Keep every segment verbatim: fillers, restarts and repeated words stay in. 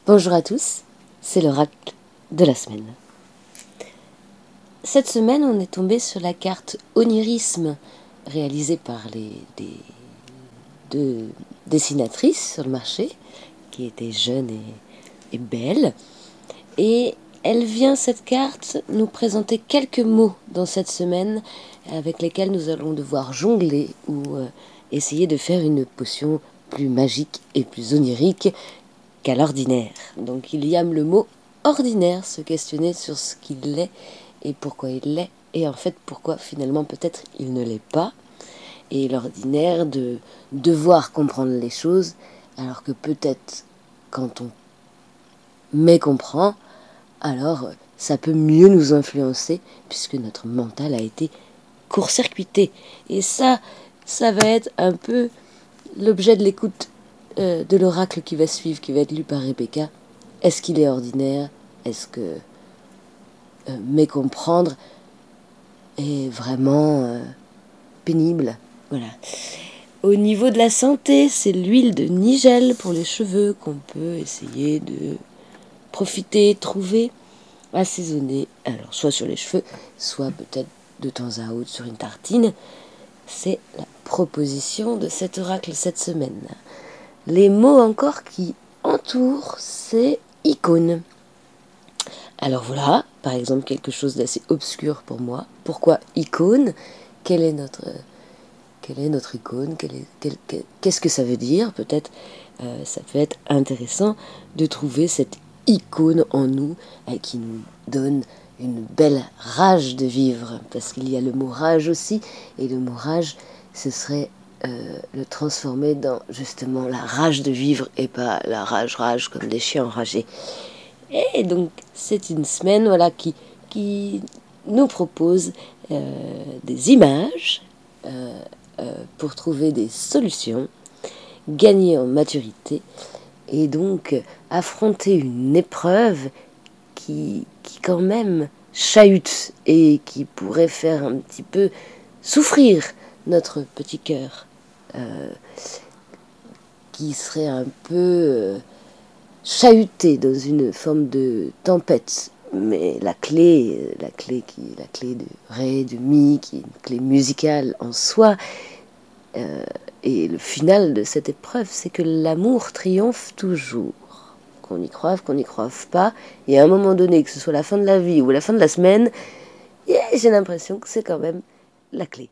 Bonjour à tous, c'est l'oracle de la semaine. Cette semaine, on est tombé sur la carte Onirisme réalisée par les, les deux dessinatrices sur le marché, qui étaient jeunes et, et belles. Et elle vient, cette carte, nous présenter quelques mots dans cette semaine avec lesquels nous allons devoir jongler ou euh, essayer de faire une potion plus magique et plus onirique qu'à l'ordinaire. Donc il y a le mot ordinaire, se questionner sur ce qu'il est et pourquoi il l'est, et en fait pourquoi finalement peut-être il ne l'est pas. Et l'ordinaire de devoir comprendre les choses, alors que peut-être quand on mécomprend, alors ça peut mieux nous influencer puisque notre mental a été court-circuité. Et ça, ça va être un peu l'objet de l'écoute euh, de l'oracle qui va suivre, qui va être lu par Rebecca. Est-ce qu'il est ordinaire? Est-ce que euh, mécomprendre est vraiment euh, pénible? Voilà. Au niveau de la santé, c'est l'huile de nigel pour les cheveux qu'on peut essayer de profiter, trouver, assaisonner. Alors, soit sur les cheveux, soit peut-être de temps à autre sur une tartine. C'est la proposition de cet oracle cette semaine. Les mots encore qui entourent, c'est icône. Alors voilà, par exemple, quelque chose d'assez obscur pour moi. Pourquoi icône? Quelle est notre, quelle est notre icône? Quelle est, quelle, Qu'est-ce que ça veut dire? Peut-être euh, ça peut être intéressant de trouver cette icône en nous euh, qui nous donne une belle rage de vivre. Parce qu'il y a le mot rage aussi, et le mot rage, ce serait euh, le transformer dans justement la rage de vivre et pas la rage-rage comme des chiens enragés. Et donc, c'est une semaine voilà, qui, qui nous propose euh, des images euh, euh, pour trouver des solutions, gagner en maturité et donc affronter une épreuve qui, qui quand même chahute et qui pourrait faire un petit peu souffrir notre petit cœur, euh, qui serait un peu... Euh, chahuté dans une forme de tempête, mais la clé, la clé qui, la clé de ré, de mi, qui est une clé musicale en soi, euh, et le final de cette épreuve, c'est que l'amour triomphe toujours. Qu'on y croive, qu'on n'y croive pas, et à un moment donné, que ce soit la fin de la vie ou la fin de la semaine, yeah, j'ai l'impression que c'est quand même la clé.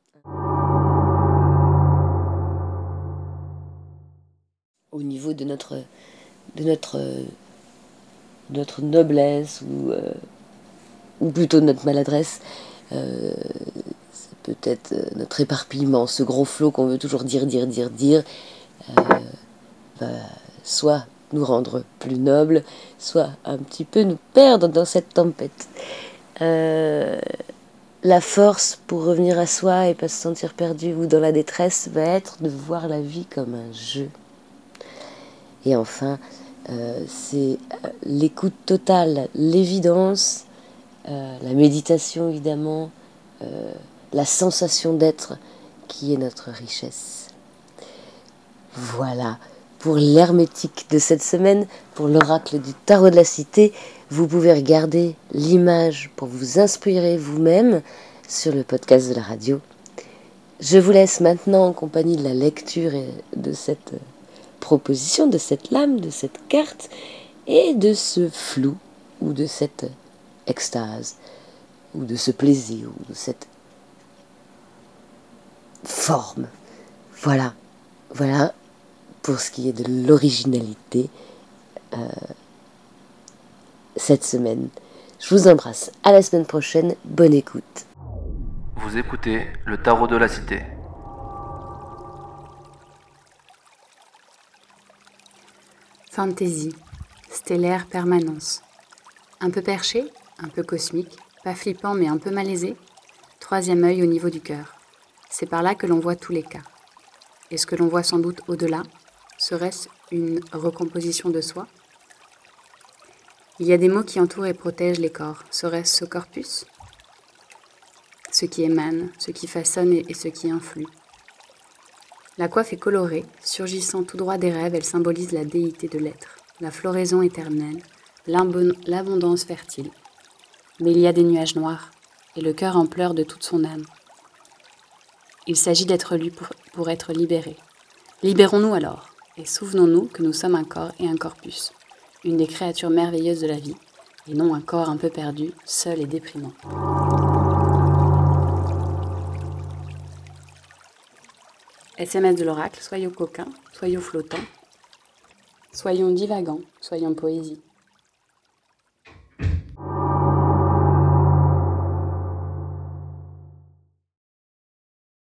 Au niveau de notre de notre notre noblesse ou, euh, ou plutôt notre maladresse, euh, c'est peut-être euh, notre éparpillement, ce gros flot qu'on veut toujours dire, dire, dire, dire, euh, va soit nous rendre plus nobles, soit un petit peu nous perdre dans cette tempête. Euh, la force pour revenir à soi et pas se sentir perdu ou dans la détresse va être de voir la vie comme un jeu. Et enfin, euh, c'est l'écoute totale, l'évidence, euh, la méditation évidemment, euh, la sensation d'être qui est notre richesse. Voilà, pour l'hermétique de cette semaine, pour l'oracle du tarot de la cité, vous pouvez regarder l'image pour vous inspirer vous-même sur le podcast de la radio. Je vous laisse maintenant en compagnie de la lecture et de cette proposition, de cette lame, de cette carte et de ce flou ou de cette extase ou de ce plaisir ou de cette forme. Voilà, voilà pour ce qui est de l'originalité euh, cette semaine. Je vous embrasse, à la semaine prochaine, bonne écoute. Vous écoutez le tarot de la cité. Fantasy, stellaire permanence. Un peu perché, un peu cosmique, pas flippant mais un peu malaisé. Troisième œil au niveau du cœur. C'est par là que l'on voit tous les cas. Et ce que l'on voit sans doute au-delà, serait-ce une recomposition de soi? Il y a des mots qui entourent et protègent les corps. Serait-ce ce corpus? Ce qui émane, ce qui façonne et ce qui influe. La coiffe est colorée, surgissant tout droit des rêves, elle symbolise la déité de l'être. la floraison éternelle, l'abondance fertile. Mais il y a des nuages noirs, et le cœur en pleure de toute son âme. Il s'agit d'être lu pour, pour être libéré. Libérons-nous alors, et souvenons-nous que nous sommes un corps et un corpus, une des créatures merveilleuses de la vie, et non un corps un peu perdu, seul et déprimant. S M S de l'oracle, soyons coquins, soyons flottants, soyons divagants, soyons poésie.